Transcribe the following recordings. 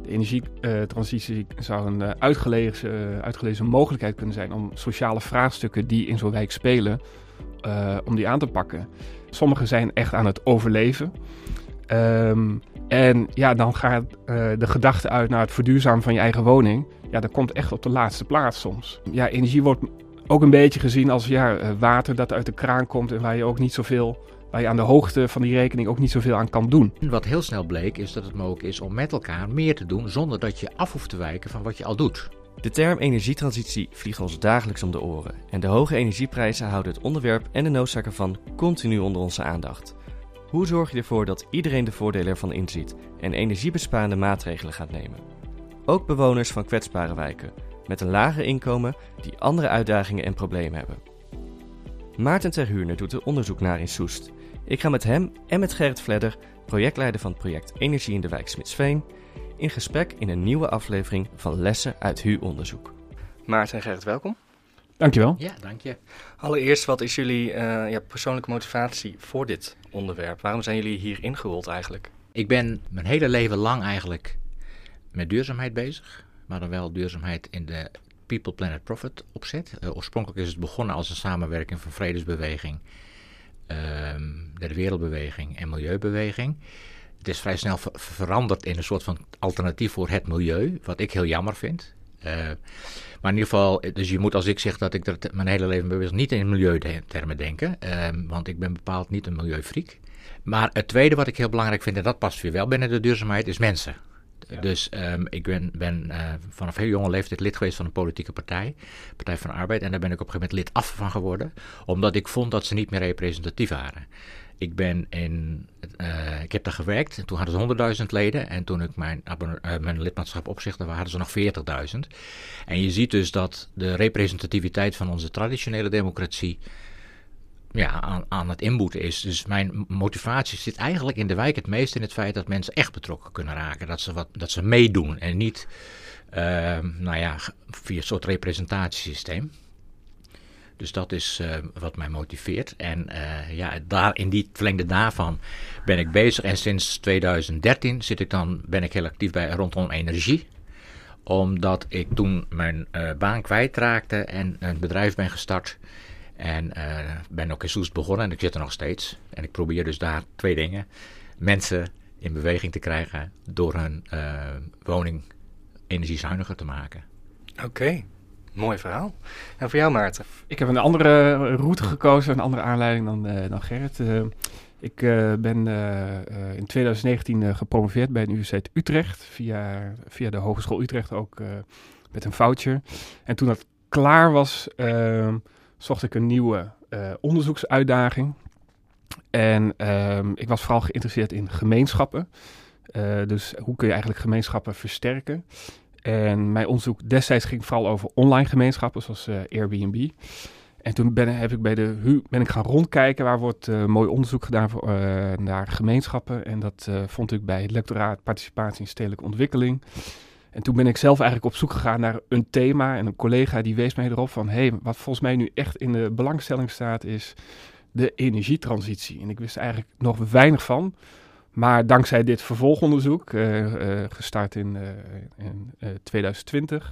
De energietransitie zou een uitgelezen mogelijkheid kunnen zijn om sociale vraagstukken die in zo'n wijk spelen, om die aan te pakken. Sommigen zijn echt aan het overleven. En ja, dan gaat de gedachte uit naar het verduurzamen van je eigen woning. Ja, dat komt echt op de laatste plaats soms. Ja, energie wordt ook een beetje gezien als water dat uit de kraan komt en waar je aan de hoogte van die rekening ook niet zoveel aan kan doen. Wat heel snel bleek is dat het mogelijk is om met elkaar meer te doen zonder dat je af hoeft te wijken van wat je al doet. De term energietransitie vliegt ons dagelijks om de oren en de hoge energieprijzen houden het onderwerp en de noodzaak ervan continu onder onze aandacht. Hoe zorg je ervoor dat iedereen de voordelen ervan inziet en energiebesparende maatregelen gaat nemen? Ook bewoners van kwetsbare wijken met een lager inkomen die andere uitdagingen en problemen hebben. Maarten ter Huurne doet er onderzoek naar in Soest. Ik ga met hem en met Gerrit Vledder, projectleider van het project Energie in de wijk Smitsveen, in gesprek in een nieuwe aflevering van Lessen uit HU-onderzoek. Maarten en Gerrit, welkom. Dankjewel. Ja, dank je. Allereerst, wat is jullie persoonlijke motivatie voor dit onderwerp? Waarom zijn jullie hier ingerold eigenlijk? Ik ben mijn hele leven lang eigenlijk met duurzaamheid bezig, maar dan wel duurzaamheid in de People, Planet, Profit opzet. Oorspronkelijk is het begonnen als een samenwerking van vredesbeweging, de wereldbeweging en milieubeweging. Het is vrij snel veranderd in een soort van alternatief voor het milieu, wat ik heel jammer vind. Maar in ieder geval, dus je moet als ik zeg dat ik er mijn hele leven mee bezig niet in milieutermen denken, want ik ben bepaald niet een milieufreak. Maar het tweede wat ik heel belangrijk vind, en dat past weer wel binnen de duurzaamheid, is mensen. Ja. Dus ik ben vanaf heel jonge leeftijd lid geweest van een politieke partij, Partij van de Arbeid. En daar ben ik op een gegeven moment lid af van geworden, omdat ik vond dat ze niet meer representatief waren. Ik heb daar gewerkt en toen hadden ze 100.000 leden. En toen ik mijn lidmaatschap opzegde, hadden ze nog 40.000. En je ziet dus dat de representativiteit van onze traditionele democratie aan het inboeten is. Dus mijn motivatie zit eigenlijk in de wijk het meest in het feit dat mensen echt betrokken kunnen raken. Dat ze meedoen en niet via een soort representatiesysteem. Dus dat is wat mij motiveert. En in die verlengde daarvan ben ik bezig. En sinds 2013 ben ik heel actief rondom energie. Omdat ik toen mijn baan kwijtraakte en een bedrijf ben gestart. En ben ook in Soest begonnen en ik zit er nog steeds. En ik probeer dus daar twee dingen. Mensen in beweging te krijgen door hun woning energiezuiniger te maken. Oké. Mooi verhaal. En voor jou, Maarten? Ik heb een andere route gekozen, een andere aanleiding dan Gerrit. Ik ben in 2019 gepromoveerd bij de Universiteit Utrecht, via de Hogeschool Utrecht ook met een voucher. En toen dat klaar was, zocht ik een nieuwe onderzoeksuitdaging. En ik was vooral geïnteresseerd in gemeenschappen. Dus hoe kun je eigenlijk gemeenschappen versterken? En mijn onderzoek destijds ging vooral over online gemeenschappen, zoals Airbnb. En toen heb ik bij de HU gaan rondkijken. Waar wordt mooi onderzoek gedaan naar gemeenschappen. En dat vond ik bij het lectoraat Participatie en Stedelijke Ontwikkeling. En toen ben ik zelf eigenlijk op zoek gegaan naar een thema. En een collega die wees mij erop van, wat volgens mij nu echt in de belangstelling staat, is de energietransitie. En ik wist eigenlijk nog weinig van. Maar dankzij dit vervolgonderzoek, gestart in 2020,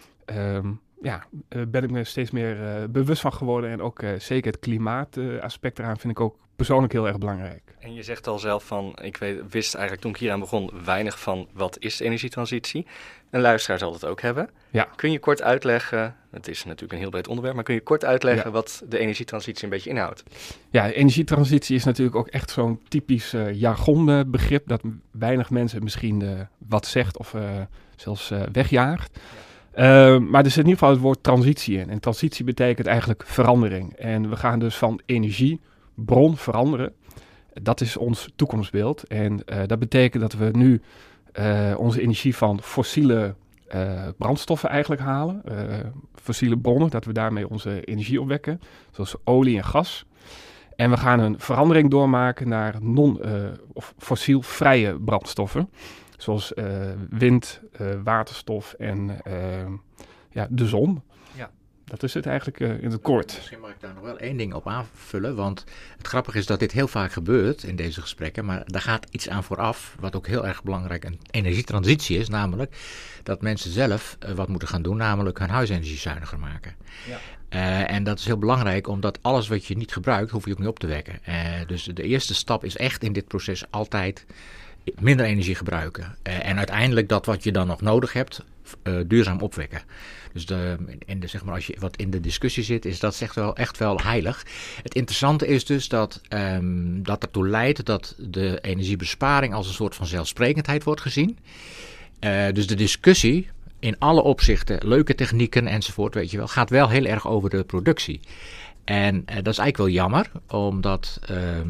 ben ik me steeds meer bewust van geworden. En ook zeker het klimaataspect eraan vind ik ook persoonlijk heel erg belangrijk. En je zegt al zelf van, wist eigenlijk toen ik hier aan begon weinig van wat is energietransitie. Een luisteraar zal dat ook hebben. Ja. Kun je kort uitleggen, het is natuurlijk een heel breed onderwerp, maar kun je kort uitleggen wat de energietransitie een beetje inhoudt? Ja, energietransitie is natuurlijk ook echt zo'n typisch jargonbegrip dat weinig mensen misschien wat zegt of zelfs wegjaagt. Maar er zit in ieder geval het woord transitie in. En transitie betekent eigenlijk verandering. En we gaan dus van energiebron veranderen. Dat is ons toekomstbeeld. En dat betekent dat we nu onze energie van fossiele brandstoffen eigenlijk halen. Fossiele bronnen, dat we daarmee onze energie opwekken. Zoals olie en gas. En we gaan een verandering doormaken naar fossielvrije brandstoffen. Zoals wind, waterstof en de zon. Ja. dat is het eigenlijk in het kort. Misschien mag ik daar nog wel één ding op aanvullen, want het grappige is dat dit heel vaak gebeurt in deze gesprekken, maar daar gaat iets aan vooraf, wat ook heel erg belangrijk een energietransitie is, namelijk dat mensen zelf wat moeten gaan doen, namelijk hun huisenergie zuiniger maken. Ja. En dat is heel belangrijk, omdat alles wat je niet gebruikt, hoef je ook niet op te wekken. Dus de eerste stap is echt in dit proces altijd minder energie gebruiken. En uiteindelijk dat wat je dan nog nodig hebt, duurzaam opwekken. Dus zeg maar, als je wat in de discussie zit, is dat echt wel heilig. Het interessante is dus dat ertoe leidt dat de energiebesparing als een soort van zelfsprekendheid wordt gezien. Dus de discussie in alle opzichten, leuke technieken enzovoort, weet je wel, gaat wel heel erg over de productie. En dat is eigenlijk wel jammer, omdat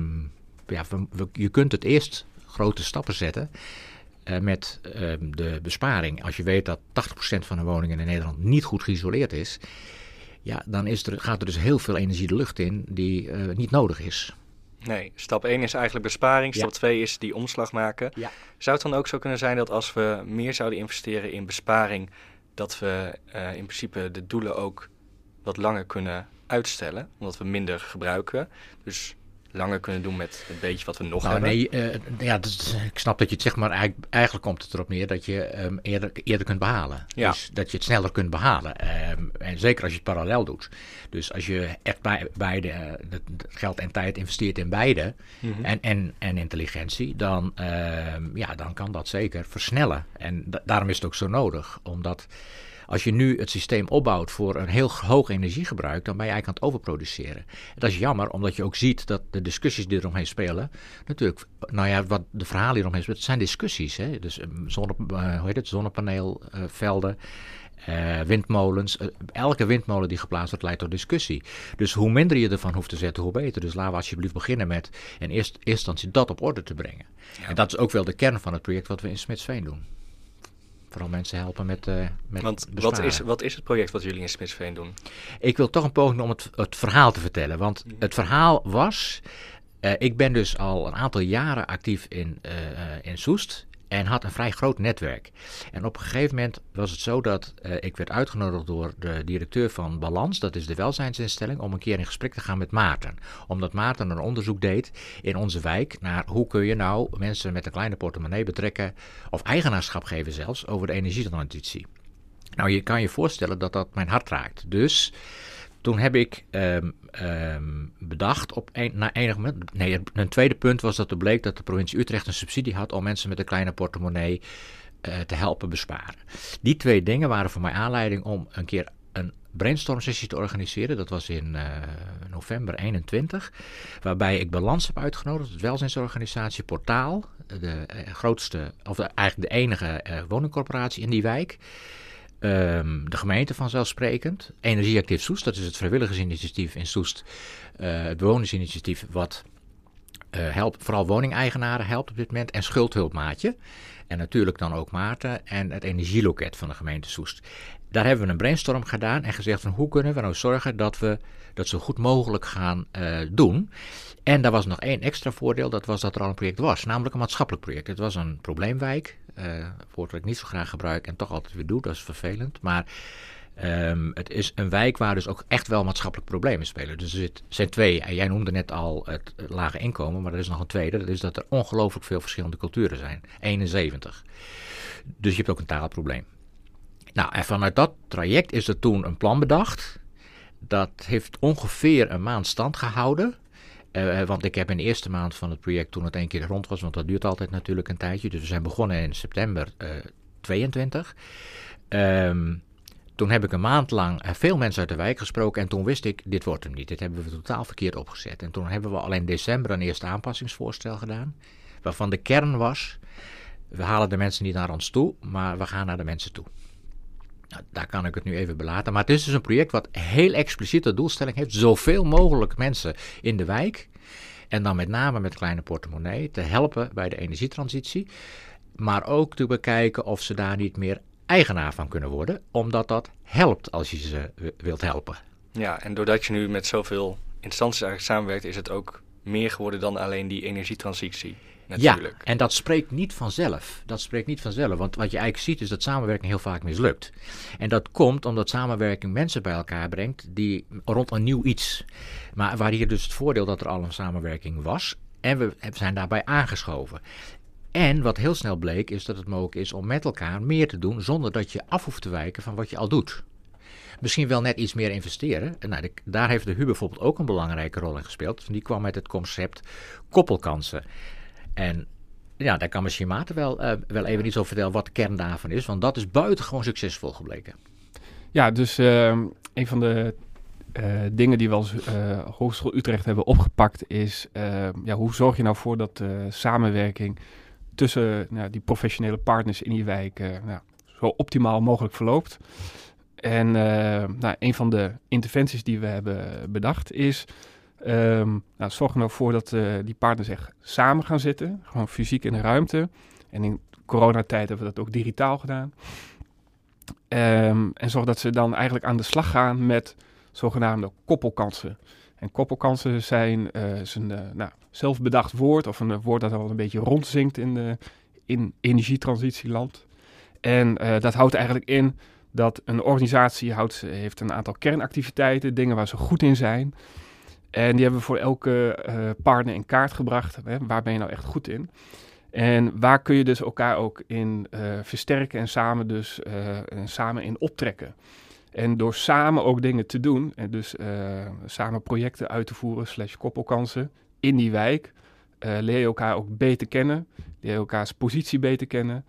je kunt het eerst grote stappen zetten met de besparing. Als je weet dat 80% van de woningen in Nederland niet goed geïsoleerd is, ja, dan gaat er dus heel veel energie de lucht in die niet nodig is. Nee, stap 1 is eigenlijk besparing. Stap 2 is die omslag maken. Ja. Zou het dan ook zo kunnen zijn dat als we meer zouden investeren in besparing, dat we in principe de doelen ook wat langer kunnen uitstellen, omdat we minder gebruiken? Dus langer kunnen doen met het beetje wat we nog hebben. Nee, ik snap dat je het zegt, maar eigenlijk komt het erop neer dat je eerder kunt behalen. Ja. Dus dat je het sneller kunt behalen. En zeker als je het parallel doet. Dus als je echt beide geld en tijd investeert in beide, en intelligentie, dan kan dat zeker versnellen. En daarom is het ook zo nodig, omdat als je nu het systeem opbouwt voor een heel hoog energiegebruik, dan ben je eigenlijk aan het overproduceren. Dat is jammer, omdat je ook ziet dat de discussies die eromheen spelen, natuurlijk, wat de verhalen hieromheen spelen, het zijn discussies. Hè? Dus zonnepaneelvelden, windmolens. Elke windmolen die geplaatst wordt, leidt tot discussie. Dus hoe minder je ervan hoeft te zetten, hoe beter. Dus laten we alsjeblieft beginnen met in eerste instantie dat op orde te brengen. Ja. En dat is ook wel de kern van het project wat we in Smitsveen doen. Vooral mensen helpen met Want wat is het project wat jullie in Smitsveen doen? Ik wil toch een poging om het verhaal te vertellen. Want het verhaal was, ik ben dus al een aantal jaren actief in Soest en had een vrij groot netwerk. En op een gegeven moment was het zo dat ik werd uitgenodigd door de directeur van Balans, dat is de welzijnsinstelling, om een keer in gesprek te gaan met Maarten. Omdat Maarten een onderzoek deed in onze wijk naar hoe kun je nou mensen met een kleine portemonnee betrekken, of eigenaarschap geven zelfs, over de energietransitie. Nou, je kan je voorstellen dat dat mijn hart raakt. Dus toen heb ik bedacht na enig moment. Nee, een tweede punt was dat er bleek dat de provincie Utrecht een subsidie had om mensen met een kleine portemonnee te helpen besparen. Die twee dingen waren voor mij aanleiding om een keer een brainstorm sessie te organiseren. Dat was in november 21. Waarbij ik Balans heb uitgenodigd, het welzijnsorganisatie Portaal. De grootste, of eigenlijk de enige woningcorporatie in die wijk. De gemeente vanzelfsprekend. Energieactief Soest, dat is het vrijwilligersinitiatief in Soest. Het bewonersinitiatief wat helpt, vooral woningeigenaren helpt op dit moment. En Schuldhulpmaatje. En natuurlijk dan ook Maarten en het energieloket van de gemeente Soest. Daar hebben we een brainstorm gedaan en gezegd van hoe kunnen we nou zorgen dat we dat zo goed mogelijk gaan doen. En daar was nog één extra voordeel, dat was dat er al een project was, namelijk een maatschappelijk project. Het was een probleemwijk, woord dat ik niet zo graag gebruik en toch altijd weer doe, dat is vervelend. Maar het is een wijk waar dus ook echt wel maatschappelijke problemen spelen. Dus er zijn twee, en jij noemde net al het lage inkomen, maar er is nog een tweede. Dat is dat er ongelooflijk veel verschillende culturen zijn. 71. Dus je hebt ook een taalprobleem. Nou, en vanuit dat traject is er toen een plan bedacht. Dat heeft ongeveer een maand stand gehouden. Want ik heb in de eerste maand van het project, toen het 1 keer rond was, want dat duurt altijd natuurlijk een tijdje. Dus we zijn begonnen in september 22. Toen heb ik een maand lang veel mensen uit de wijk gesproken en toen wist ik, dit wordt hem niet. Dit hebben we totaal verkeerd opgezet. En toen hebben we al in december een eerste aanpassingsvoorstel gedaan. Waarvan de kern was, we halen de mensen niet naar ons toe, maar we gaan naar de mensen toe. Nou, daar kan ik het nu even belaten. Maar het is dus een project wat heel expliciet de doelstelling heeft, zoveel mogelijk mensen in de wijk, en dan met name met kleine portemonnee, te helpen bij de energietransitie. Maar ook te bekijken of ze daar niet meer eigenaar van kunnen worden, omdat dat helpt als je ze wilt helpen. Ja, en doordat je nu met zoveel instanties eigenlijk samenwerkt, is het ook meer geworden dan alleen die energietransitie. natuurlijk. Ja, en dat spreekt niet vanzelf. Want wat je eigenlijk ziet is dat samenwerking heel vaak mislukt. En dat komt omdat samenwerking mensen bij elkaar brengt die rond een nieuw iets. Maar waar hier dus het voordeel dat er al een samenwerking was. En we zijn daarbij aangeschoven. En wat heel snel bleek is dat het mogelijk is om met elkaar meer te doen zonder dat je af hoeft te wijken van wat je al doet. Misschien wel net iets meer investeren. Nou, daar heeft de HU bijvoorbeeld ook een belangrijke rol in gespeeld. Die kwam met het concept koppelkansen. En ja, daar kan misschien Maarten wel even iets over vertellen wat de kern daarvan is. Want dat is buitengewoon succesvol gebleken. Ja, dus een van de dingen die we als Hogeschool Utrecht hebben opgepakt is... hoe zorg je nou voor dat samenwerking tussen die professionele partners in die wijk zo optimaal mogelijk verloopt. En een van de interventies die we hebben bedacht is... zorg er nou voor dat die partners echt samen gaan zitten. Gewoon fysiek in een ruimte. En in coronatijd hebben we dat ook digitaal gedaan. En zorg dat ze dan eigenlijk aan de slag gaan met zogenaamde koppelkansen. En koppelkansen zijn een zelf bedacht woord... of een woord dat al een beetje rondzinkt in energietransitieland. En dat houdt eigenlijk in dat een organisatie heeft een aantal kernactiviteiten... dingen waar ze goed in zijn... En die hebben we voor elke partner in kaart gebracht. Hè? Waar ben je nou echt goed in? En waar kun je dus elkaar ook in versterken en samen in optrekken? En door samen ook dingen te doen, en dus samen projecten uit te voeren, /koppelkansen in die wijk, leer je elkaar ook beter kennen. Leer je elkaars positie beter kennen.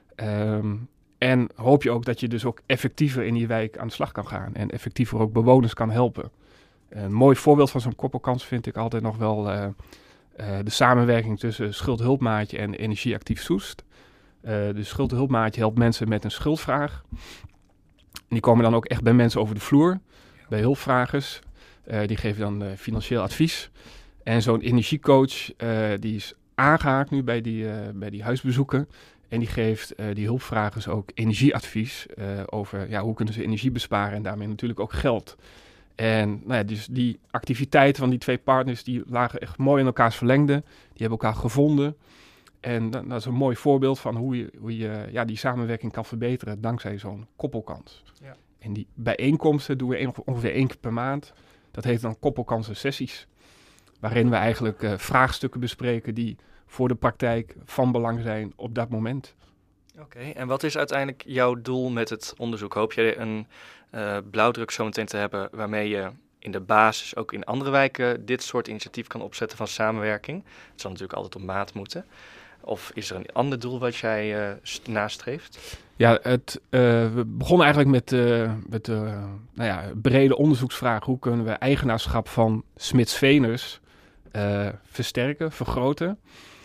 En hoop je ook dat je dus ook effectiever in die wijk aan de slag kan gaan. En effectiever ook bewoners kan helpen. Een mooi voorbeeld van zo'n koppelkans vind ik altijd nog wel de samenwerking tussen Schuldhulpmaatje en Energieactief Soest. De Schuldhulpmaatje helpt mensen met een schuldvraag. En die komen dan ook echt bij mensen over de vloer, bij hulpvragers. Die geven dan financieel advies. En zo'n energiecoach die is aangehaakt nu bij die huisbezoeken. En die geeft die hulpvragers ook energieadvies over hoe kunnen ze energie besparen en daarmee natuurlijk ook geld. En dus die activiteiten van die twee partners, die lagen echt mooi in elkaars verlengde. Die hebben elkaar gevonden. En dat is een mooi voorbeeld van hoe je die samenwerking kan verbeteren dankzij zo'n koppelkans. Ja. En die bijeenkomsten doen we ongeveer 1 keer per maand. Dat heet dan koppelkansen sessies. Waarin we eigenlijk vraagstukken bespreken die voor de praktijk van belang zijn op dat moment. Oké, en wat is uiteindelijk jouw doel met het onderzoek? Hoop je een blauwdruk zometeen te hebben waarmee je in de basis ook in andere wijken dit soort initiatief kan opzetten van samenwerking? Het zal natuurlijk altijd op maat moeten. Of is er een ander doel wat jij nastreeft? Ja, we begonnen eigenlijk met brede onderzoeksvraag. Hoe kunnen we eigenaarschap van Smitsveners versterken, vergroten?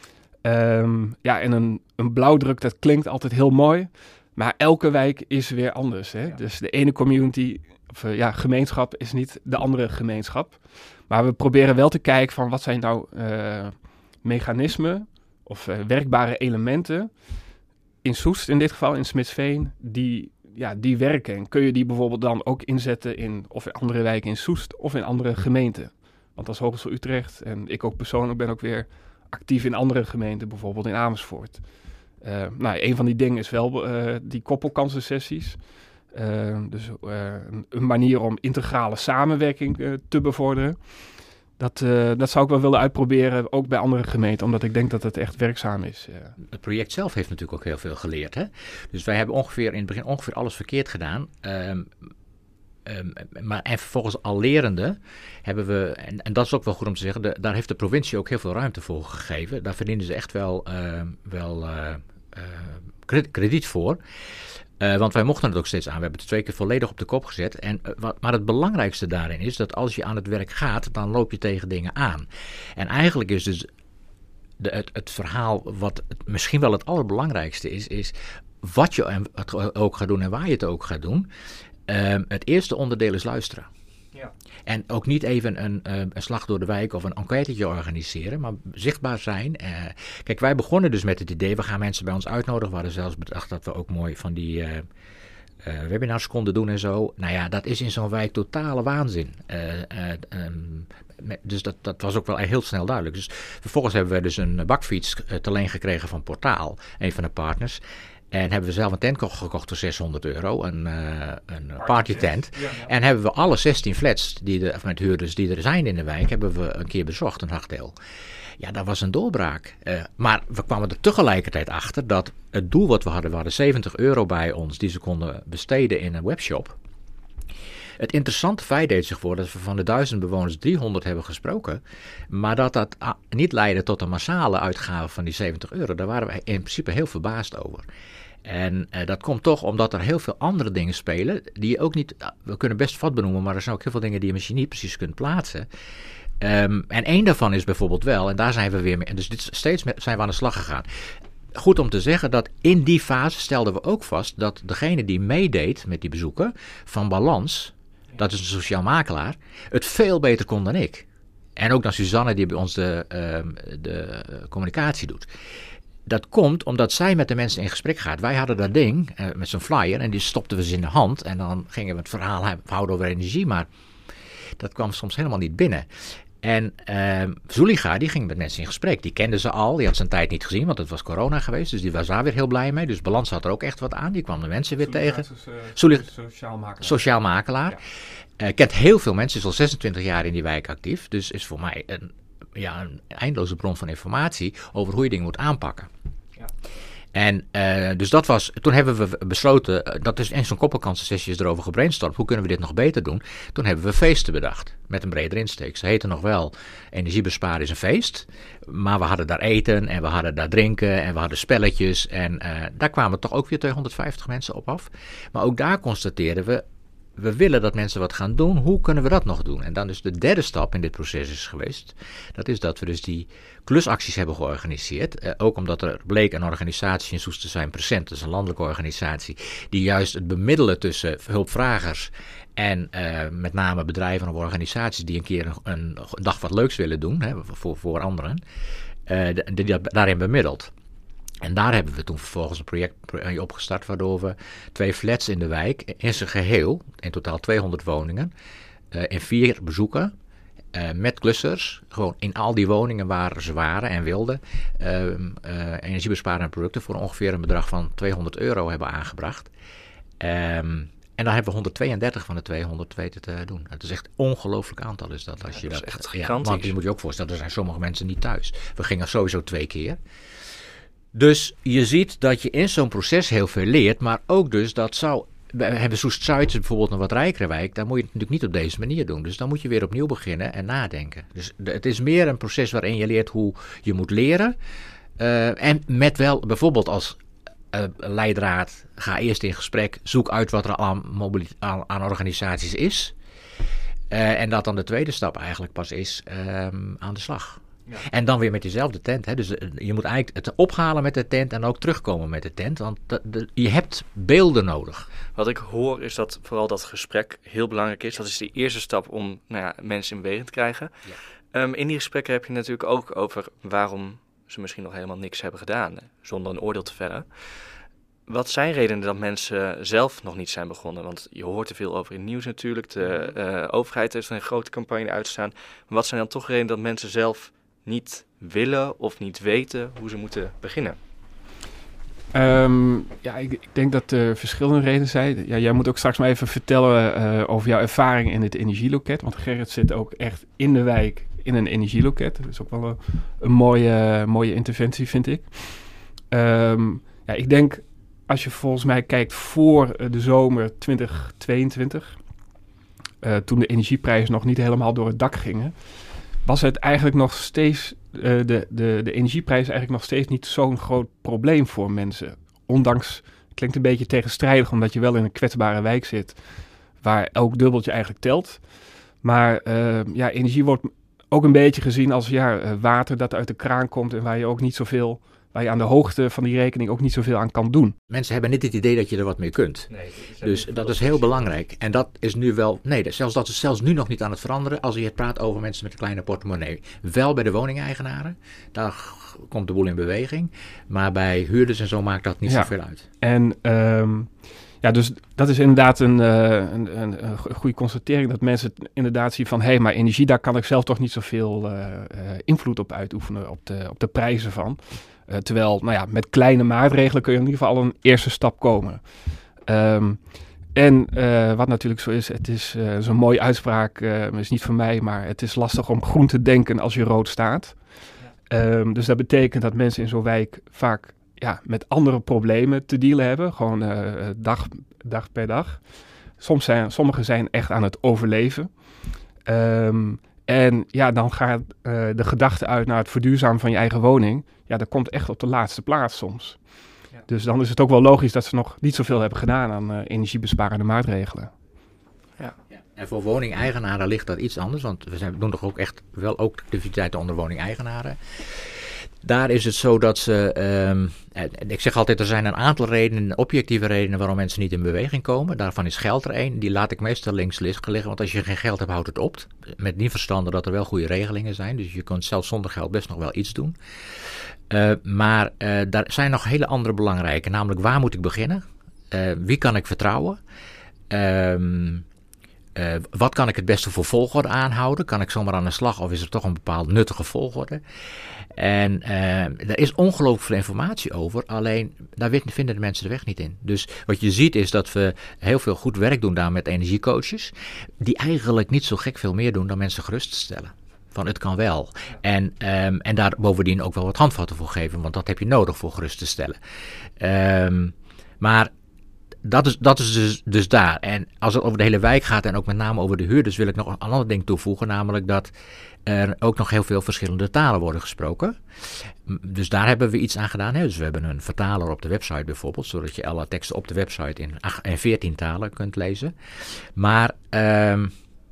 En een blauwdruk, dat klinkt altijd heel mooi. Maar elke wijk is weer anders. Hè? Ja. Dus de ene community of gemeenschap is niet de andere gemeenschap. Maar we proberen wel te kijken van wat zijn nou mechanismen of werkbare elementen in Soest, in dit geval in Smitsveen, die werken. En kun je die bijvoorbeeld dan ook inzetten in andere wijken in Soest of in andere gemeenten? Want als Hogeschool Utrecht en ik ook persoonlijk ben ook weer actief in andere gemeenten, bijvoorbeeld in Amersfoort. Een van die dingen is wel die koppelkansensessies. Dus een manier om integrale samenwerking te bevorderen. Dat zou ik wel willen uitproberen, ook bij andere gemeenten, omdat ik denk dat het echt werkzaam is. Het project zelf heeft natuurlijk ook heel veel geleerd. Hè? Dus wij hebben in het begin ongeveer alles verkeerd gedaan. En vervolgens al lerende hebben we, en dat is ook wel goed om te zeggen, daar heeft de provincie ook heel veel ruimte voor gegeven. Daar verdienen ze echt wel krediet voor. Want wij mochten het ook steeds aan. We hebben het 2 keer volledig op de kop gezet. Maar het belangrijkste daarin is dat als je aan het werk gaat, dan loop je tegen dingen aan. En eigenlijk is dus het verhaal wat misschien wel het allerbelangrijkste is wat je ook gaat doen en waar je het ook gaat doen. Het eerste onderdeel is luisteren. Ja. En ook niet even een slag door de wijk of een enquêtetje organiseren, maar zichtbaar zijn. Kijk, wij begonnen dus met het idee, we gaan mensen bij ons uitnodigen. We hadden zelfs bedacht dat we ook mooi van die webinars konden doen en zo. Nou ja, dat is in zo'n wijk totale waanzin. Dus dat was ook wel heel snel duidelijk. Dus vervolgens hebben we dus een bakfiets te leen gekregen van Portaal, een van de partners. En hebben we zelf een tent gekocht voor €600, een partytent. Ja. En hebben we alle 16 flats met huurders die er zijn in de wijk, hebben we een keer bezocht, een dagdeel. Ja, dat was een doorbraak. Maar we kwamen er tegelijkertijd achter dat het doel wat we hadden €70 bij ons, die ze konden besteden in een webshop. Het interessante feit deed zich voor dat we van de 1000 bewoners 300 hebben gesproken. Maar dat niet leidde tot een massale uitgave van die €70. Daar waren we in principe heel verbaasd over. En dat komt toch omdat er heel veel andere dingen spelen die je ook niet, we kunnen best vat benoemen, maar er zijn ook heel veel dingen die je misschien niet precies kunt plaatsen. En één daarvan is bijvoorbeeld wel, en daar zijn we weer mee, dus steeds zijn we aan de slag gegaan. Goed om te zeggen dat in die fase stelden we ook vast dat degene die meedeed met die bezoeken van Balans, dat is een sociaal makelaar, het veel beter kon dan ik. En ook dan Suzanne die bij ons de communicatie doet. Dat komt omdat zij met de mensen in gesprek gaat. Wij hadden dat ding met zo'n flyer en die stopten we ze in de hand. En dan gingen we het verhaal houden over energie, maar dat kwam soms helemaal niet binnen. En Zuliga, die ging met mensen in gesprek. Die kende ze al, die had zijn tijd niet gezien, want het was corona geweest. Dus die was daar weer heel blij mee. Dus Balans had er ook echt wat aan. Die kwam de mensen weer tegen. Sociaal makelaar. Ja. Kent heel veel mensen, is al 26 jaar in die wijk actief. Dus is voor mij een eindeloze bron van informatie over hoe je dingen moet aanpakken. Ja. En dus dat was, toen hebben we besloten, dat is in zo'n koppelkansensessie is erover gebrainstormd, hoe kunnen we dit nog beter doen? Toen hebben we feesten bedacht, met een bredere insteek. Ze heten nog wel energiebesparen is een feest, maar we hadden daar eten en we hadden daar drinken en we hadden spelletjes en daar kwamen toch ook weer 250 mensen op af. Maar ook daar constateerden we willen dat mensen wat gaan doen, hoe kunnen we dat nog doen? En dan dus de derde stap in dit proces is geweest, dat is dat we dus die klusacties hebben georganiseerd. Ook omdat er bleek een organisatie in Soest te zijn, Present, dat is een landelijke organisatie, die juist het bemiddelen tussen hulpvragers en met name bedrijven of organisaties die een keer een dag wat leuks willen doen, voor anderen, die dat daarin bemiddelt. En daar hebben we toen vervolgens een project opgestart, waardoor we 2 flats in de wijk, in zijn geheel, in totaal 200 woningen, in 4 bezoeken, met clusters, gewoon in al die woningen waar ze waren en wilden, energiebesparende producten voor ongeveer een bedrag van €200 hebben aangebracht. En dan hebben we 132 van de 200 weten te doen. Het is echt een ongelooflijk aantal is dat. Als je dat is echt gigantisch. Want je moet je ook voorstellen, er zijn sommige mensen niet thuis. We gingen sowieso 2 keer. Dus je ziet dat je in zo'n proces heel veel leert, maar ook dus we hebben Soest-Zuid bijvoorbeeld een wat rijkere wijk, daar moet je het natuurlijk niet op deze manier doen. Dus dan moet je weer opnieuw beginnen en nadenken. Dus het is meer een proces waarin je leert hoe je moet leren. En met wel bijvoorbeeld als leidraad, ga eerst in gesprek, zoek uit wat er aan organisaties is. En dat dan de tweede stap eigenlijk pas is aan de slag. Ja. En dan weer met diezelfde tent. Hè. Dus je moet eigenlijk het ophalen met de tent en ook terugkomen met de tent. Want je hebt beelden nodig. Wat ik hoor is dat vooral dat gesprek heel belangrijk is. Dat is de eerste stap om mensen in beweging te krijgen. Ja. In die gesprekken heb je natuurlijk ook over waarom ze misschien nog helemaal niks hebben gedaan. Zonder een oordeel te vellen. Wat zijn redenen dat mensen zelf nog niet zijn begonnen? Want je hoort er veel over in het nieuws natuurlijk. De overheid heeft een grote campagne uitstaan. Maar wat zijn dan toch redenen dat mensen zelf niet willen of niet weten hoe ze moeten beginnen? Ik denk dat er verschillende redenen zijn. Ja, jij moet ook straks maar even vertellen over jouw ervaring in het energieloket. Want Gerrit zit ook echt in de wijk in een energieloket. Dat is ook wel een mooie interventie, vind ik. Ik denk, als je volgens mij kijkt voor de zomer 2022... toen de energieprijzen nog niet helemaal door het dak gingen, was het eigenlijk nog steeds, de energieprijs eigenlijk nog steeds niet zo'n groot probleem voor mensen. Ondanks, het klinkt een beetje tegenstrijdig, omdat je wel in een kwetsbare wijk zit, waar elk dubbeltje eigenlijk telt. Maar energie wordt ook een beetje gezien als water dat uit de kraan komt en waar je aan de hoogte van die rekening ook niet zoveel aan kan doen. Mensen hebben niet het idee dat je er wat mee kunt. Nee, dus dat is heel belangrijk. En dat is nu wel, dat is zelfs nu nog niet aan het veranderen als je het praat over mensen met een kleine portemonnee. Wel bij de woningeigenaren, daar komt de boel in beweging. Maar bij huurders en zo maakt dat niet zoveel uit. En Ja, dus dat is inderdaad een goede constatering. Dat mensen inderdaad zien van... maar energie, daar kan ik zelf toch niet zoveel invloed op uitoefenen. Op de prijzen van. Terwijl, met kleine maatregelen kun je in ieder geval al een eerste stap komen. En wat natuurlijk zo is, het is zo'n mooie uitspraak, is niet van mij, maar het is lastig om groen te denken als je rood staat. Ja. Dus dat betekent dat mensen in zo'n wijk vaak met andere problemen te dealen hebben, gewoon dag per dag. Sommigen zijn echt aan het overleven. En dan gaat de gedachte uit naar het verduurzamen van je eigen woning. Ja, dat komt echt op de laatste plaats soms. Ja. Dus dan is het ook wel logisch dat ze nog niet zoveel hebben gedaan aan energiebesparende maatregelen. Ja. En voor woningeigenaren ligt dat iets anders, want we doen toch ook echt wel ook activiteiten onder woningeigenaren. Daar is het zo dat ze, ik zeg altijd, er zijn een aantal redenen, objectieve redenen waarom mensen niet in beweging komen. Daarvan is geld er één, die laat ik meestal links liggen, want als je geen geld hebt, houdt het op. Met niet verstande dat er wel goede regelingen zijn, dus je kunt zelfs zonder geld best nog wel iets doen. Maar daar zijn nog hele andere belangrijke, namelijk waar moet ik beginnen? Wie kan ik vertrouwen? Wat kan ik het beste voor volgorde aanhouden? Kan ik zomaar aan de slag of is er toch een bepaald nuttige volgorde? En er is ongelooflijk veel informatie over, alleen daar vinden de mensen de weg niet in. Dus wat je ziet is dat we heel veel goed werk doen daar met energiecoaches, die eigenlijk niet zo gek veel meer doen dan mensen geruststellen. Van het kan wel. En daar bovendien ook wel wat handvatten voor geven, want dat heb je nodig voor gerust te stellen. Maar dat is dus daar. En als het over de hele wijk gaat en ook met name over de huurders, wil ik nog een ander ding toevoegen, namelijk dat er ook nog heel veel verschillende talen worden gesproken. Dus daar hebben we iets aan gedaan. Hè? Dus we hebben een vertaler op de website bijvoorbeeld, zodat je alle teksten op de website in 14 talen kunt lezen. Maar er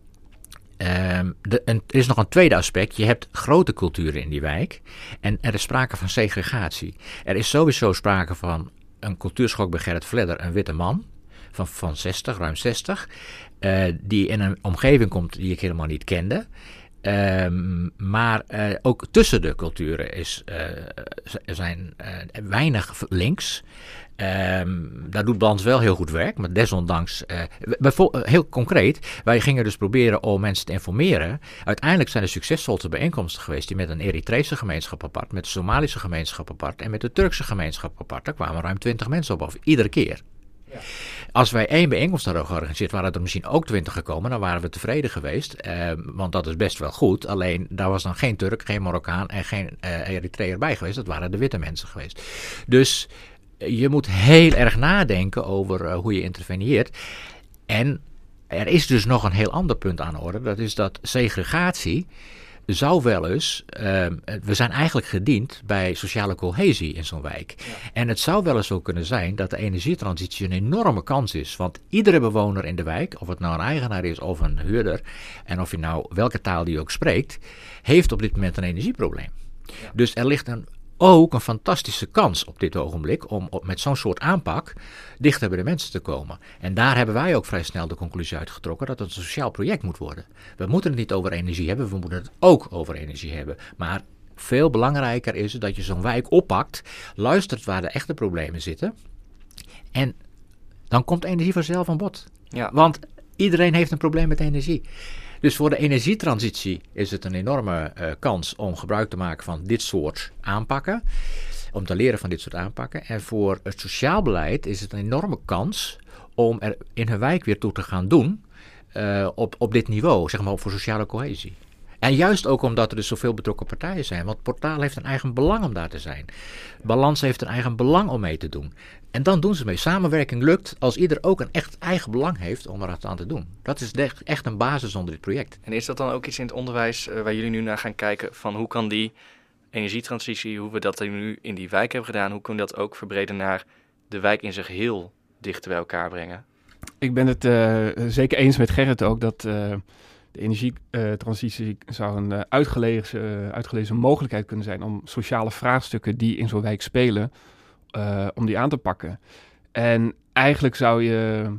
is nog een tweede aspect. Je hebt grote culturen in die wijk en er is sprake van segregatie. Er is sowieso sprake van een cultuurschok bij Gerrit Vledder, een witte man van 60, ruim 60, die in een omgeving komt die ik helemaal niet kende. Maar ook tussen de culturen zijn weinig links. Daar doet Blans wel heel goed werk, maar desondanks, heel concreet, wij gingen dus proberen om mensen te informeren. Uiteindelijk zijn er succesvolle bijeenkomsten geweest die met een Eritrese gemeenschap apart, met de Somalische gemeenschap apart en met de Turkse gemeenschap apart. Daar kwamen ruim 20 mensen op af, iedere keer. Ja. Als wij 1 bijeenkomst hadden georganiseerd, waren er misschien ook 20 gekomen, dan waren we tevreden geweest. Want dat is best wel goed. Alleen daar was dan geen Turk, geen Marokkaan en geen Eritreër bij geweest. Dat waren de witte mensen geweest. Dus je moet heel erg nadenken over hoe je interveneert. En er is dus nog een heel ander punt aan de orde. Dat is dat segregatie zou wel eens, we zijn eigenlijk gediend bij sociale cohesie in zo'n wijk. Ja. En het zou wel eens zo kunnen zijn dat de energietransitie een enorme kans is. Want iedere bewoner in de wijk, of het nou een eigenaar is of een huurder, en of je nou welke taal die ook spreekt, heeft op dit moment een energieprobleem. Ja. Dus er ligt ook een fantastische kans op dit ogenblik om met zo'n soort aanpak dichter bij de mensen te komen. En daar hebben wij ook vrij snel de conclusie uitgetrokken dat het een sociaal project moet worden. We moeten het niet over energie hebben, we moeten het ook over energie hebben. Maar veel belangrijker is dat je zo'n wijk oppakt, luistert waar de echte problemen zitten en dan komt energie vanzelf aan bod. Ja. Want iedereen heeft een probleem met energie. Dus voor de energietransitie is het een enorme kans om gebruik te maken van dit soort aanpakken. Om te leren van dit soort aanpakken. En voor het sociaal beleid is het een enorme kans om er in hun wijk weer toe te gaan doen op dit niveau, zeg maar voor sociale cohesie. En juist ook omdat er dus zoveel betrokken partijen zijn. Want Portaal heeft een eigen belang om daar te zijn. Balans heeft een eigen belang om mee te doen. En dan doen ze mee. Samenwerking lukt als ieder ook een echt eigen belang heeft om er aan te doen. Dat is echt een basis onder dit project. En is dat dan ook iets in het onderwijs waar jullie nu naar gaan kijken van hoe kan die energietransitie, hoe we dat nu in die wijk hebben gedaan, hoe kunnen we dat ook verbreden naar de wijk in zijn geheel dichter bij elkaar brengen? Ik ben het zeker eens met Gerrit ook dat de energietransitie zou een uitgelezen mogelijkheid kunnen zijn om sociale vraagstukken die in zo'n wijk spelen, om die aan te pakken. En eigenlijk zou je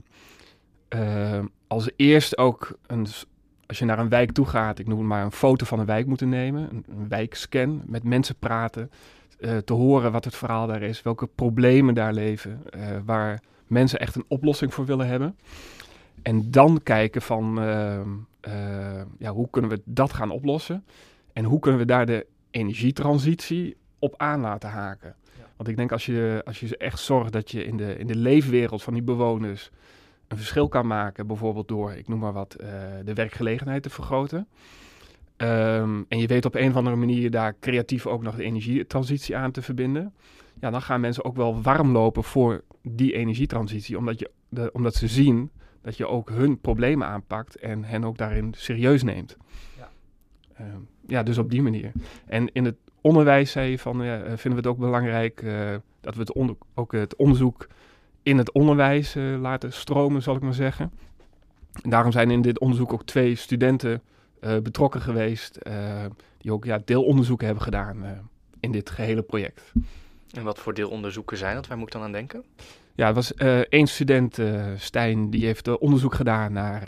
als eerst ook, als je naar een wijk toe gaat, ik noem het maar een foto van een wijk moeten nemen, een wijkscan, met mensen praten, te horen wat het verhaal daar is, welke problemen daar leven, waar mensen echt een oplossing voor willen hebben. En dan kijken van hoe kunnen we dat gaan oplossen? En hoe kunnen we daar de energietransitie op aan laten haken? Ja. Want ik denk als je echt zorgt dat je in de leefwereld van die bewoners een verschil kan maken, bijvoorbeeld door, ik noem maar wat, de werkgelegenheid te vergroten. En je weet op een of andere manier daar creatief ook nog de energietransitie aan te verbinden. Ja, dan gaan mensen ook wel warm lopen voor die energietransitie, omdat ze zien dat je ook hun problemen aanpakt en hen ook daarin serieus neemt. Ja. Dus op die manier. En in het onderwijs zei je van, vinden we het ook belangrijk dat we het onderzoek in het onderwijs laten stromen, zal ik maar zeggen. En daarom zijn in dit onderzoek ook 2 studenten betrokken geweest, die ook deelonderzoeken hebben gedaan in dit gehele project. En wat voor deelonderzoeken zijn dat? Waar moet ik dan aan denken? Ja, er was 1 student, Stijn, die heeft onderzoek gedaan naar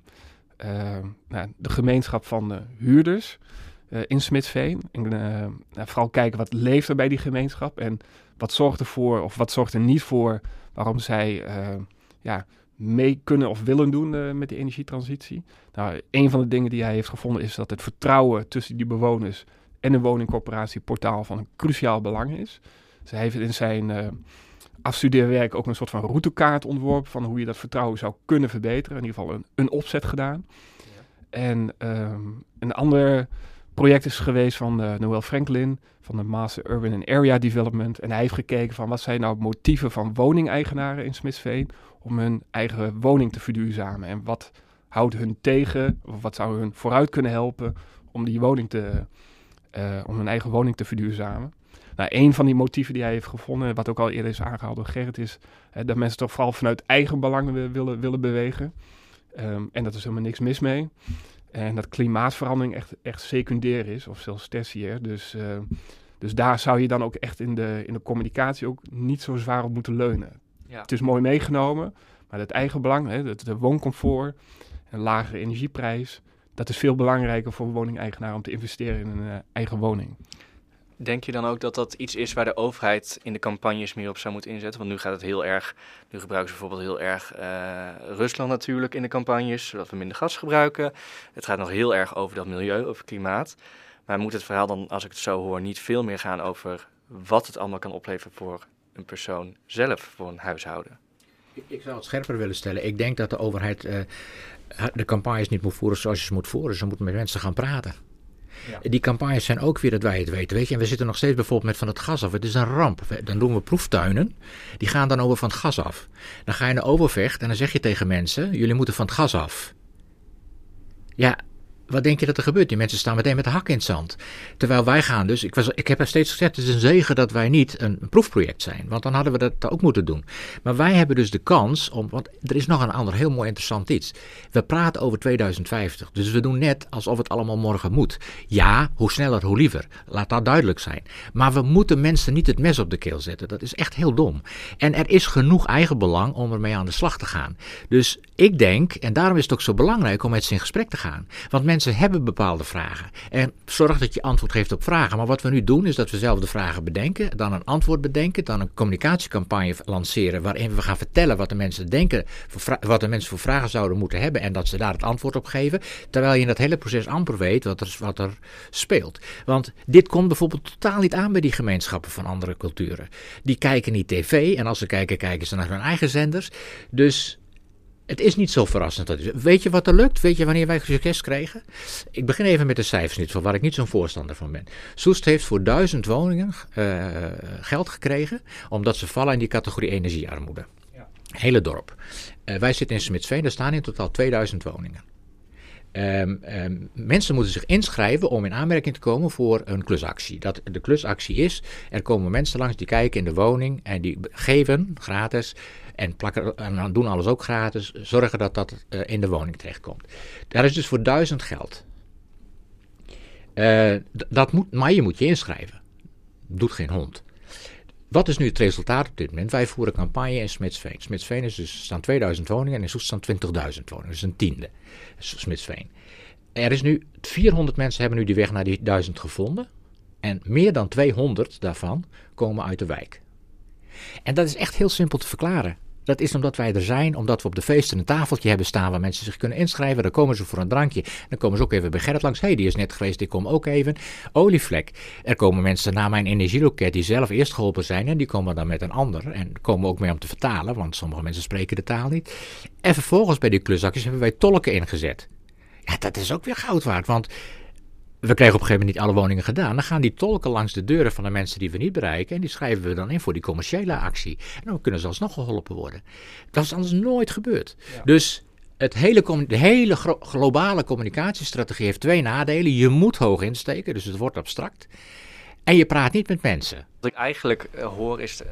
de gemeenschap van de huurders in Smitsveen. En, vooral kijken wat leeft er bij die gemeenschap en wat zorgt ervoor of wat zorgt er niet voor waarom zij mee kunnen of willen doen met die energietransitie. Nou, een van de dingen die hij heeft gevonden is dat het vertrouwen tussen die bewoners en een woningcorporatieportaal van een cruciaal belang is. Zij heeft in zijn afstudeerwerk ook een soort van routekaart ontworpen van hoe je dat vertrouwen zou kunnen verbeteren. In ieder geval een opzet gedaan. Ja. En een ander project is geweest van Noel Franklin van de Master Urban and Area Development. En hij heeft gekeken van wat zijn nou motieven van woningeigenaren in Smitsveen om hun eigen woning te verduurzamen. En wat houdt hun tegen, of wat zou hun vooruit kunnen helpen om om hun eigen woning te verduurzamen. Nou, een van die motieven die hij heeft gevonden, wat ook al eerder is aangehaald door Gerrit, is dat mensen toch vooral vanuit eigen belang willen bewegen. En dat is helemaal niks mis mee. En dat klimaatverandering echt secundair is, of zelfs tertiair. Dus daar zou je dan ook echt in de communicatie ook niet zo zwaar op moeten leunen. Ja. Het is mooi meegenomen, maar het eigen belang, de wooncomfort, een lagere energieprijs, dat is veel belangrijker voor een woningeigenaar om te investeren in een eigen woning. Denk je dan ook dat dat iets is waar de overheid in de campagnes meer op zou moeten inzetten? Want nu gaat het heel erg, nu gebruiken ze bijvoorbeeld heel erg Rusland natuurlijk in de campagnes, zodat we minder gas gebruiken. Het gaat nog heel erg over dat milieu, over klimaat. Maar moet het verhaal dan, als ik het zo hoor, niet veel meer gaan over wat het allemaal kan opleveren voor een persoon zelf, voor een huishouden? Ik zou het scherper willen stellen. Ik denk dat de overheid de campagnes niet moet voeren zoals je ze moet voeren. Ze moeten met mensen gaan praten. Ja. Die campagnes zijn ook weer dat wij het weten, weet je. En we zitten nog steeds bijvoorbeeld met van het gas af. Het is een ramp. Dan doen we proeftuinen. Die gaan dan over van het gas af. Dan ga je naar Overvecht en dan zeg je tegen mensen, jullie moeten van het gas af. Ja, wat denk je dat er gebeurt? Die mensen staan meteen met de hak in het zand. Terwijl wij gaan dus, ik heb er steeds gezegd, het is een zegen dat wij niet een proefproject zijn. Want dan hadden we dat ook moeten doen. Maar wij hebben dus de kans om, want er is nog een ander heel mooi interessant iets. We praten over 2050. Dus we doen net alsof het allemaal morgen moet. Ja, hoe sneller, hoe liever. Laat dat duidelijk zijn. Maar we moeten mensen niet het mes op de keel zetten. Dat is echt heel dom. En er is genoeg eigenbelang om ermee aan de slag te gaan. Dus ik denk, en daarom is het ook zo belangrijk om met ze in gesprek te gaan. Want mensen hebben bepaalde vragen. En zorg dat je antwoord geeft op vragen. Maar wat we nu doen is dat we zelf de vragen bedenken, dan een antwoord bedenken, dan een communicatiecampagne lanceren waarin we gaan vertellen wat de mensen denken, wat de mensen voor vragen zouden moeten hebben en dat ze daar het antwoord op geven. Terwijl je in dat hele proces amper weet wat er speelt. Want dit komt bijvoorbeeld totaal niet aan bij die gemeenschappen van andere culturen. Die kijken niet tv en als ze kijken, kijken ze naar hun eigen zenders. Dus het is niet zo verrassend. Weet je wat er lukt? Weet je wanneer wij succes kregen? Ik begin even met de cijfers niet, waar ik niet zo'n voorstander van ben. Soest heeft voor 1000 woningen geld gekregen, omdat ze vallen in die categorie energiearmoede. Ja. Hele dorp. Wij zitten in Smitsveen, daar staan in totaal 2000 woningen. Mensen moeten zich inschrijven om in aanmerking te komen voor een klusactie. De klusactie is, er komen mensen langs die kijken in de woning en die geven gratis en dan doen alles ook gratis, zorgen dat dat in de woning terechtkomt. Daar is dus voor 1000 geld. Maar je moet je inschrijven. Doet geen hond. Wat is nu het resultaat op dit moment? Wij voeren campagne in Smitsveen. Smitsveen is dus, staan 2000 woningen en in Soest staan 20.000 woningen. Dus een tiende. Smitsveen. Er is nu, 400 mensen hebben nu die weg naar die 1000 gevonden. En meer dan 200 daarvan komen uit de wijk. En dat is echt heel simpel te verklaren. Dat is omdat wij er zijn, omdat we op de feesten een tafeltje hebben staan waar mensen zich kunnen inschrijven. Dan komen ze voor een drankje. Dan komen ze ook even bij Gerrit langs. Die is net geweest, ik kom ook even. Olievlek. Er komen mensen na mijn energieloket die zelf eerst geholpen zijn. En die komen dan met een ander. En komen ook mee om te vertalen, want sommige mensen spreken de taal niet. En vervolgens bij die klusakjes hebben wij tolken ingezet. Ja, dat is ook weer goud waard, want we kregen op een gegeven moment niet alle woningen gedaan. Dan gaan die tolken langs de deuren van de mensen die we niet bereiken. En die schrijven we dan in voor die commerciële actie. En dan kunnen ze alsnog geholpen worden. Dat is anders nooit gebeurd. Ja. Dus de hele globale communicatiestrategie heeft 2 nadelen. Je moet hoog insteken, dus het wordt abstract. En je praat niet met mensen. Wat ik eigenlijk hoor is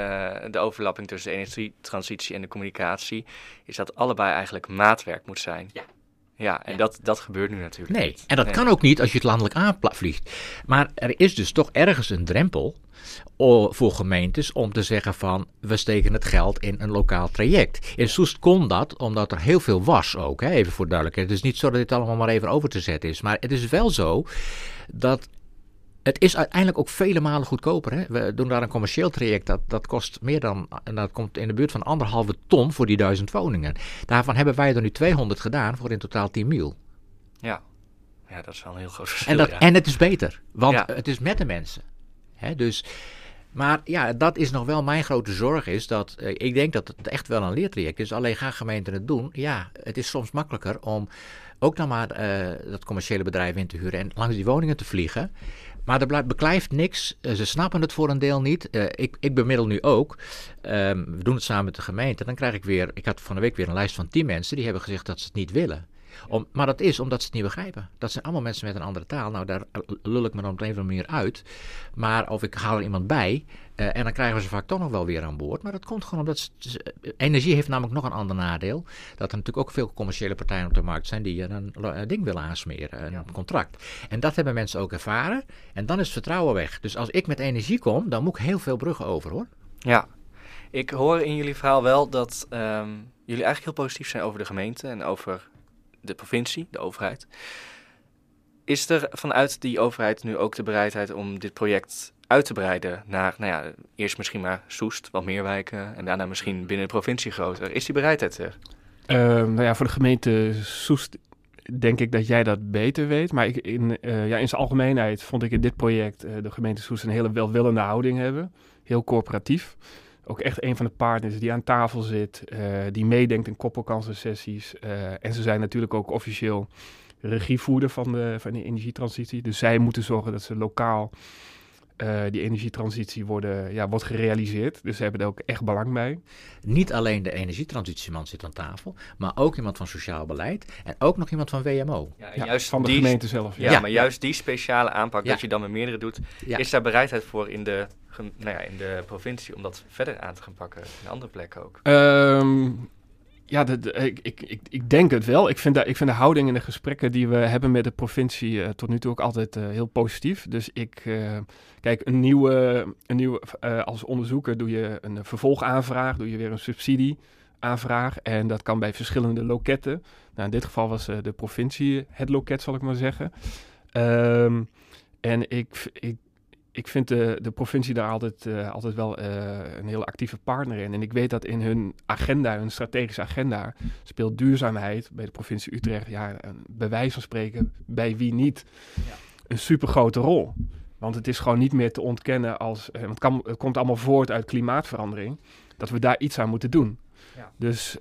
de overlapping tussen de energietransitie en de communicatie. Is dat allebei eigenlijk maatwerk moet zijn. Ja. Ja, en dat gebeurt nu natuurlijk niet. En dat kan ook niet als je het landelijk aanvliegt. Maar er is dus toch ergens een drempel voor gemeentes om te zeggen van we steken het geld in een lokaal traject. In Soest kon dat, omdat er heel veel was ook, hè, even voor duidelijkheid. Het is niet zo dat dit allemaal maar even over te zetten is. Maar het is wel zo dat het is uiteindelijk ook vele malen goedkoper. Hè? We doen daar een commercieel traject, dat kost meer dan, en dat komt in de buurt van 1,5 ton voor die 1000 woningen. Daarvan hebben wij er nu 200 gedaan voor in totaal 10 mil. Ja, dat is wel een heel groot verschil. En het is beter, want het is met de mensen. Hè? Dus, maar ja, dat is nog wel mijn grote zorg is dat, ik denk dat het echt wel een leertraject is. Alleen gaan gemeenten het doen. Ja, het is soms makkelijker om ook dan maar dat commerciële bedrijf in te huren en langs die woningen te vliegen. Maar er beklijft niks. Ze snappen het voor een deel niet. Ik bemiddel nu ook. We doen het samen met de gemeente. Dan krijg ik had van de week weer een lijst van 10 mensen die hebben gezegd dat ze het niet willen. Maar dat is omdat ze het niet begrijpen. Dat zijn allemaal mensen met een andere taal. Nou, daar lul ik me dan op een of andere manier uit. Maar of ik haal er iemand bij. En dan krijgen we ze vaak toch nog wel weer aan boord. Maar dat komt gewoon omdat energie heeft namelijk nog een ander nadeel. Dat er natuurlijk ook veel commerciële partijen op de markt zijn die een ding willen aansmeren. Een contract. En dat hebben mensen ook ervaren. En dan is het vertrouwen weg. Dus als ik met energie kom, dan moet ik heel veel bruggen over, hoor. Ja. Ik hoor in jullie verhaal wel dat jullie eigenlijk heel positief zijn over de gemeente en over de provincie, de overheid. Is er vanuit die overheid nu ook de bereidheid om dit project uit te breiden naar, eerst misschien maar Soest, wat meer wijken en daarna misschien binnen de provincie groter? Is die bereidheid er? Voor de gemeente Soest denk ik dat jij dat beter weet. Maar in zijn algemeenheid vond ik in dit project de gemeente Soest een hele welwillende houding hebben. Heel corporatief. Ook echt een van de partners die aan tafel zit, die meedenkt in koppelkansensessies. En ze zijn natuurlijk ook officieel regievoerder van de energietransitie. Dus zij moeten zorgen dat ze lokaal die energietransitie wordt gerealiseerd. Dus ze hebben er ook echt belang bij. Niet alleen de energietransitieman zit aan tafel, maar ook iemand van sociaal beleid en ook nog iemand van WMO. Ja, juist van de gemeente zelf. Ja, maar juist die speciale aanpak dat je dan met meerdere doet, is daar bereidheid voor in de provincie om dat verder aan te gaan pakken in andere plekken ook? Ik denk het wel. Ik vind de houding in de gesprekken die we hebben met de provincie tot nu toe ook altijd heel positief. Dus als onderzoeker doe je een vervolgaanvraag, doe je weer een subsidieaanvraag. En dat kan bij verschillende loketten. Nou, in dit geval was de provincie het loket, zal ik maar zeggen. En ik vind de provincie daar altijd wel een hele actieve partner in. En ik weet dat in hun agenda, hun strategische agenda, speelt duurzaamheid bij de provincie Utrecht, bij wijze van spreken, bij wie niet, een supergrote rol. Want het is gewoon niet meer te ontkennen het komt allemaal voort uit klimaatverandering, dat we daar iets aan moeten doen. Ja. Dus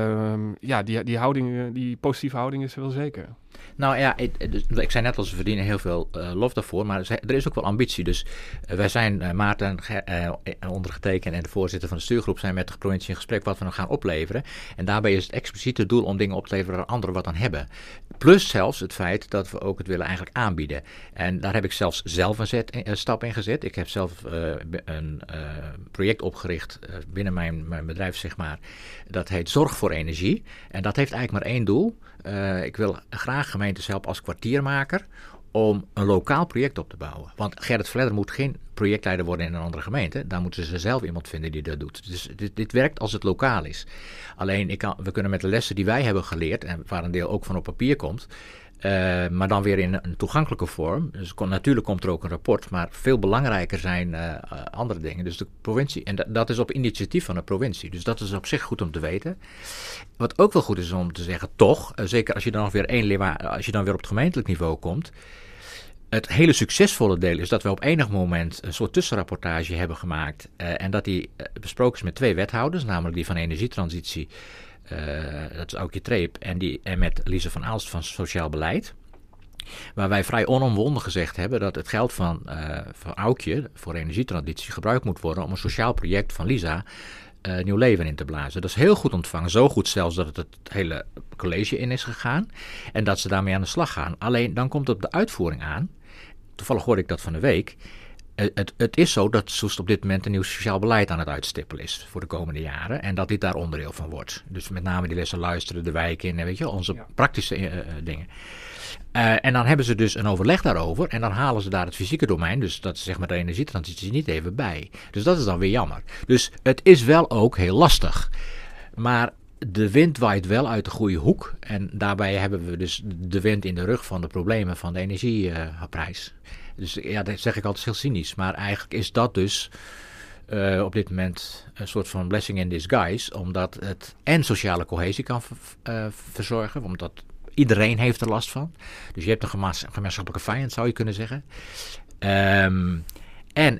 die positieve houding is er wel zeker. Nou ja, ik zei net al, ze verdienen heel veel lof daarvoor, maar er is ook wel ambitie. Dus wij zijn, Maarten, ondergetekend en de voorzitter van de stuurgroep, zijn met de provincie in gesprek wat we nog gaan opleveren. En daarbij is het expliciete doel om dingen op te leveren waar anderen wat aan hebben. Plus zelfs het feit dat we ook het willen eigenlijk aanbieden. En daar heb ik zelfs zelf een stap in gezet. Ik heb zelf een project opgericht binnen mijn bedrijf, zeg maar. Dat heet Zorg voor Energie. En dat heeft eigenlijk maar één doel. Ik wil graag gemeentes helpen als kwartiermaker om een lokaal project op te bouwen. Want Gerrit Verledder moet geen projectleider worden in een andere gemeente. Daar moeten ze zelf iemand vinden die dat doet. Dus dit werkt als het lokaal is. Alleen we kunnen met de lessen die wij hebben geleerd, en waar een deel ook van op papier komt, Maar dan weer in een toegankelijke vorm. Dus natuurlijk komt er ook een rapport, maar veel belangrijker zijn andere dingen. Dus de provincie, en dat is op initiatief van de provincie. Dus dat is op zich goed om te weten. Wat ook wel goed is om te zeggen, toch, zeker als je dan als je dan weer op het gemeentelijk niveau komt. Het hele succesvolle deel is dat we op enig moment een soort tussenrapportage hebben gemaakt. En dat die besproken is met 2 wethouders, namelijk die van energietransitie. Dat is Aukje Treep en met Lise van Aalst van Sociaal Beleid. Waar wij vrij onomwonden gezegd hebben dat het geld van Aukje voor energietransitie gebruikt moet worden om een sociaal project van Lisa nieuw leven in te blazen. Dat is heel goed ontvangen. Zo goed zelfs dat het hele college in is gegaan. En dat ze daarmee aan de slag gaan. Alleen dan komt het op de uitvoering aan. Toevallig hoorde ik dat van de week. Het is zo dat Soest op dit moment een nieuw sociaal beleid aan het uitstippelen is voor de komende jaren. En dat dit daar onderdeel van wordt. Dus met name die lessen luisteren, de wijk in, weet je, onze praktische dingen. En dan hebben ze dus een overleg daarover. En dan halen ze daar het fysieke domein, dus dat is zeg maar de energietransitie, niet even bij. Dus dat is dan weer jammer. Dus het is wel ook heel lastig. Maar de wind waait wel uit de goede hoek. En daarbij hebben we dus de wind in de rug van de problemen van de energieprijs. Dus ja, dat zeg ik altijd heel cynisch. Maar eigenlijk is dat dus op dit moment een soort van blessing in disguise. Omdat het en sociale cohesie kan verzorgen. Omdat iedereen heeft er last van. Dus je hebt een gemeenschappelijke vijand, zou je kunnen zeggen. En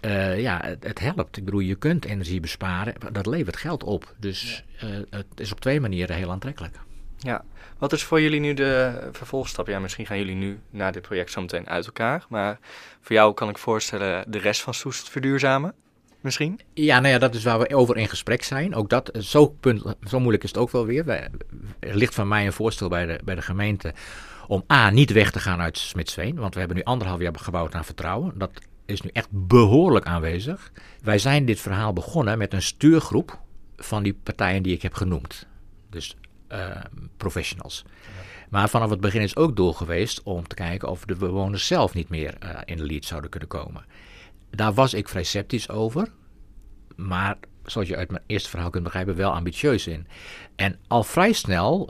het helpt. Ik bedoel, je kunt energie besparen. Dat levert geld op. Dus het is op 2 manieren heel aantrekkelijk. Ja, wat is voor jullie nu de vervolgstap? Ja, misschien gaan jullie nu na dit project zo meteen uit elkaar. Maar voor jou kan ik voorstellen de rest van Soest verduurzamen, misschien? Ja, nou ja, dat is waar we over in gesprek zijn. Ook dat, zo moeilijk is het ook wel weer. Er ligt van mij een voorstel bij de gemeente om niet weg te gaan uit Smitsveen. Want we hebben nu 1,5 jaar gebouwd aan vertrouwen. Dat is nu echt behoorlijk aanwezig. Wij zijn dit verhaal begonnen met een stuurgroep van die partijen die ik heb genoemd. Dus professionals. Maar vanaf het begin is ook doel geweest om te kijken of de bewoners zelf niet meer in de lead zouden kunnen komen. Daar was ik vrij sceptisch over, maar zoals je uit mijn eerste verhaal kunt begrijpen, wel ambitieus in. En al vrij snel,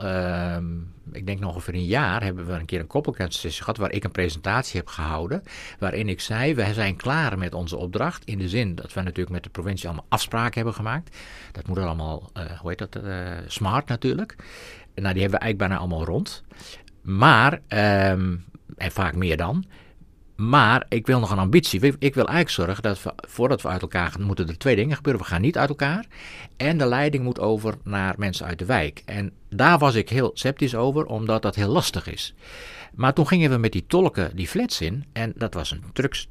ik denk nog ongeveer een jaar, hebben we een keer een koppelkennissessie gehad waar ik een presentatie heb gehouden, waarin ik zei, wij zijn klaar met onze opdracht, in de zin dat we natuurlijk met de provincie allemaal afspraken hebben gemaakt. Dat moet allemaal, smart natuurlijk. Nou, die hebben we eigenlijk bijna allemaal rond. Maar, en vaak meer dan. Maar ik wil nog een ambitie. Ik wil eigenlijk zorgen dat voordat we uit elkaar gaan, moeten er 2 dingen gebeuren. We gaan niet uit elkaar. En de leiding moet over naar mensen uit de wijk. En daar was ik heel sceptisch over, omdat dat heel lastig is. Maar toen gingen we met die tolken die flats in. En dat was een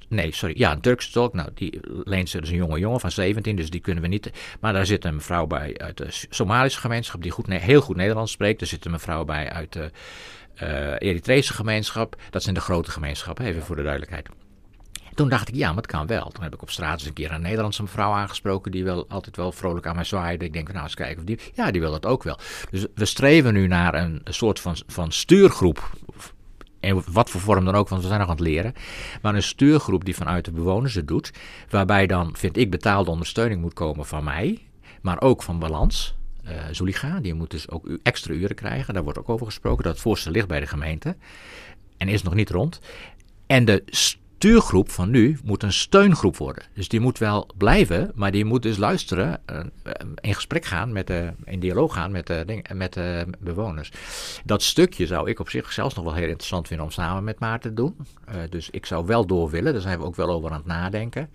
Turkse tolk. Nou, die leent ze dus een jonge van 17, dus die kunnen we niet. Maar daar zit een mevrouw bij uit de Somalische gemeenschap die heel goed Nederlands spreekt. Er zit een mevrouw bij uit de Eritrese gemeenschap. Dat zijn de grote gemeenschappen, even voor de duidelijkheid. Toen dacht ik, ja, maar het kan wel. Toen heb ik op straat eens een keer een Nederlandse mevrouw aangesproken die wel altijd wel vrolijk aan mij zwaaide. Ik denk, nou eens kijken of die wil dat ook wel. Dus we streven nu naar een soort van stuurgroep. En wat voor vorm dan ook, want we zijn nog aan het leren. Maar een stuurgroep die vanuit de bewoners het doet. Waarbij dan, vind ik, betaalde ondersteuning moet komen van mij. Maar ook van Balans. Zuliga, die moet dus ook extra uren krijgen. Daar wordt ook over gesproken. Dat voorstel ligt bij de gemeente. En is nog niet rond. En de stuurgroep van nu moet een steungroep worden. Dus die moet wel blijven, maar die moet dus luisteren, in gesprek gaan, in dialoog gaan met de bewoners. Dat stukje zou ik op zich zelfs nog wel heel interessant vinden om samen met Maarten te doen. Dus ik zou wel door willen, daar zijn we ook wel over aan het nadenken.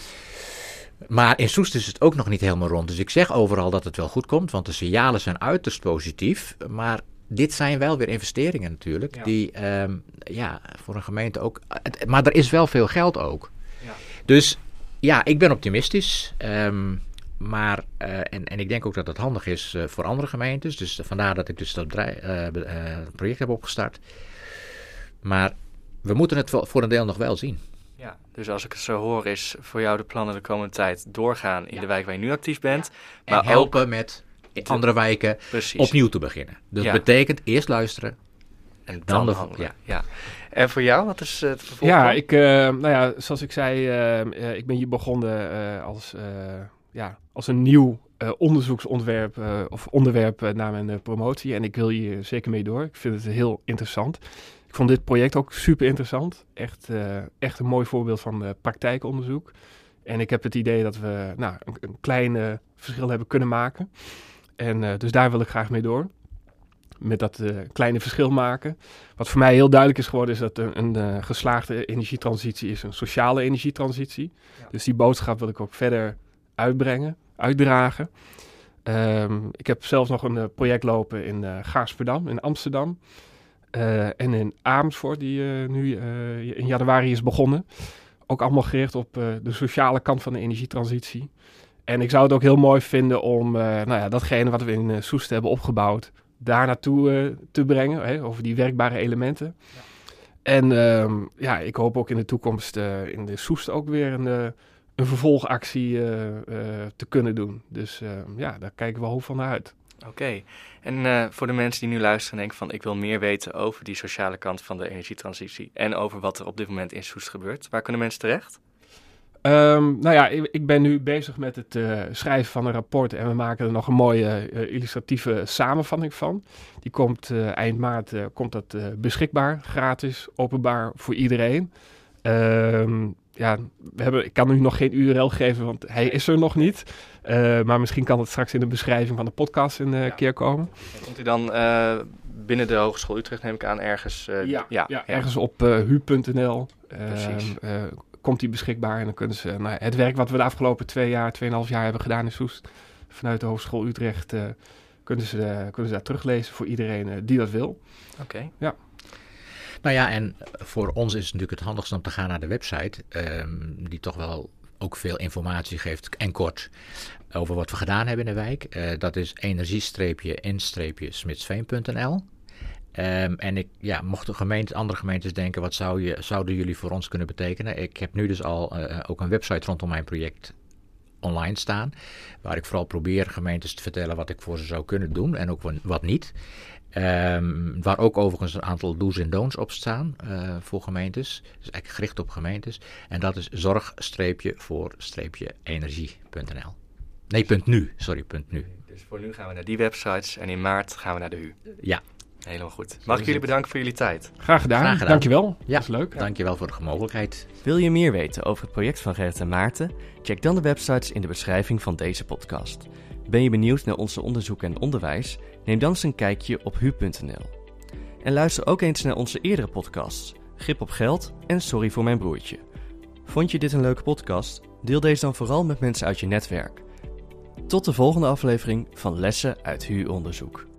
Maar in Soest is het ook nog niet helemaal rond. Dus ik zeg overal dat het wel goed komt, want de signalen zijn uiterst positief. Maar dit zijn wel weer investeringen natuurlijk, ja. Die voor een gemeente ook. Maar er is wel veel geld ook. Ja. Dus ja, ik ben optimistisch. Maar ik denk ook dat het handig is voor andere gemeentes. Dus vandaar dat ik dus dat project heb opgestart. Maar we moeten het voor een deel nog wel zien. Ja, dus als ik het zo hoor, is voor jou de plannen de komende tijd doorgaan in de wijk waar je nu actief bent. Ja. Maar en helpen met andere wijken opnieuw te beginnen. Dus dat betekent eerst luisteren en dan de handelen. Ja. En voor jou, wat is het vervolg? Ja, zoals ik zei, ik ben hier begonnen als een nieuw onderzoeksontwerp of onderwerp na mijn promotie. En ik wil hier zeker mee door. Ik vind het heel interessant. Ik vond dit project ook super interessant. Echt een mooi voorbeeld van praktijkonderzoek. En ik heb het idee dat we een klein verschil hebben kunnen maken. En dus daar wil ik graag mee door. Met dat kleine verschil maken. Wat voor mij heel duidelijk is geworden, is dat een geslaagde energietransitie is een sociale energietransitie. Ja. Dus die boodschap wil ik ook verder uitdragen. Ik heb zelfs nog een project lopen in Gaasperdam, in Amsterdam. En in Amersfoort, die nu in januari is begonnen. Ook allemaal gericht op de sociale kant van de energietransitie. En ik zou het ook heel mooi vinden om datgene wat we in Soest hebben opgebouwd, daar naartoe te brengen, over die werkbare elementen. Ja. En ik hoop ook in de toekomst in de Soest ook weer een vervolgactie te kunnen doen. Dus daar kijken we hoop van naar uit. Oké. En voor de mensen die nu luisteren en denken van ik wil meer weten over die sociale kant van de energietransitie en over wat er op dit moment in Soest gebeurt, waar kunnen mensen terecht? Ik ben nu bezig met het schrijven van een rapport en we maken er nog een mooie illustratieve samenvatting van. Die komt eind maart beschikbaar, gratis, openbaar voor iedereen. Ik kan nu nog geen URL geven, want hij is er nog niet. Maar misschien kan het straks in de beschrijving van de podcast een keer komen. En komt hij dan binnen de Hogeschool Utrecht, neem ik aan, ergens? Ergens op hu.nl. Komt die beschikbaar en dan kunnen ze het werk wat we de afgelopen 2,5 jaar hebben gedaan in Soest vanuit de Hogeschool Utrecht kunnen ze daar teruglezen voor iedereen die dat wil. Oké. Ja. Nou ja, en voor ons is het natuurlijk het handigst om te gaan naar de website, die toch wel ook veel informatie geeft en kort over wat we gedaan hebben in de wijk. Dat is energie-in-smitsveen.nl. En mochten andere gemeentes denken, wat zouden jullie voor ons kunnen betekenen? Ik heb nu dus al ook een website rondom mijn project online staan, waar ik vooral probeer gemeentes te vertellen wat ik voor ze zou kunnen doen en ook wat niet. Waar ook overigens een aantal do's en don'ts op staan voor gemeentes. Dus eigenlijk gericht op gemeentes. En dat is zorg-voor-energie.nl. Nee, .nu. Sorry, .nu. Dus voor nu gaan we naar die websites en in maart gaan we naar de HU. Ja. Helemaal goed. Mag ik jullie bedanken voor jullie tijd? Graag gedaan. Dankjewel. Ja, dat is leuk. Dankjewel voor de mogelijkheid. Wil je meer weten over het project van Gerrit en Maarten? Check dan de websites in de beschrijving van deze podcast. Ben je benieuwd naar onze onderzoek en onderwijs? Neem dan eens een kijkje op hu.nl. En luister ook eens naar onze eerdere podcasts, Grip op Geld en Sorry voor mijn broertje. Vond je dit een leuke podcast? Deel deze dan vooral met mensen uit je netwerk. Tot de volgende aflevering van Lessen uit HU Onderzoek.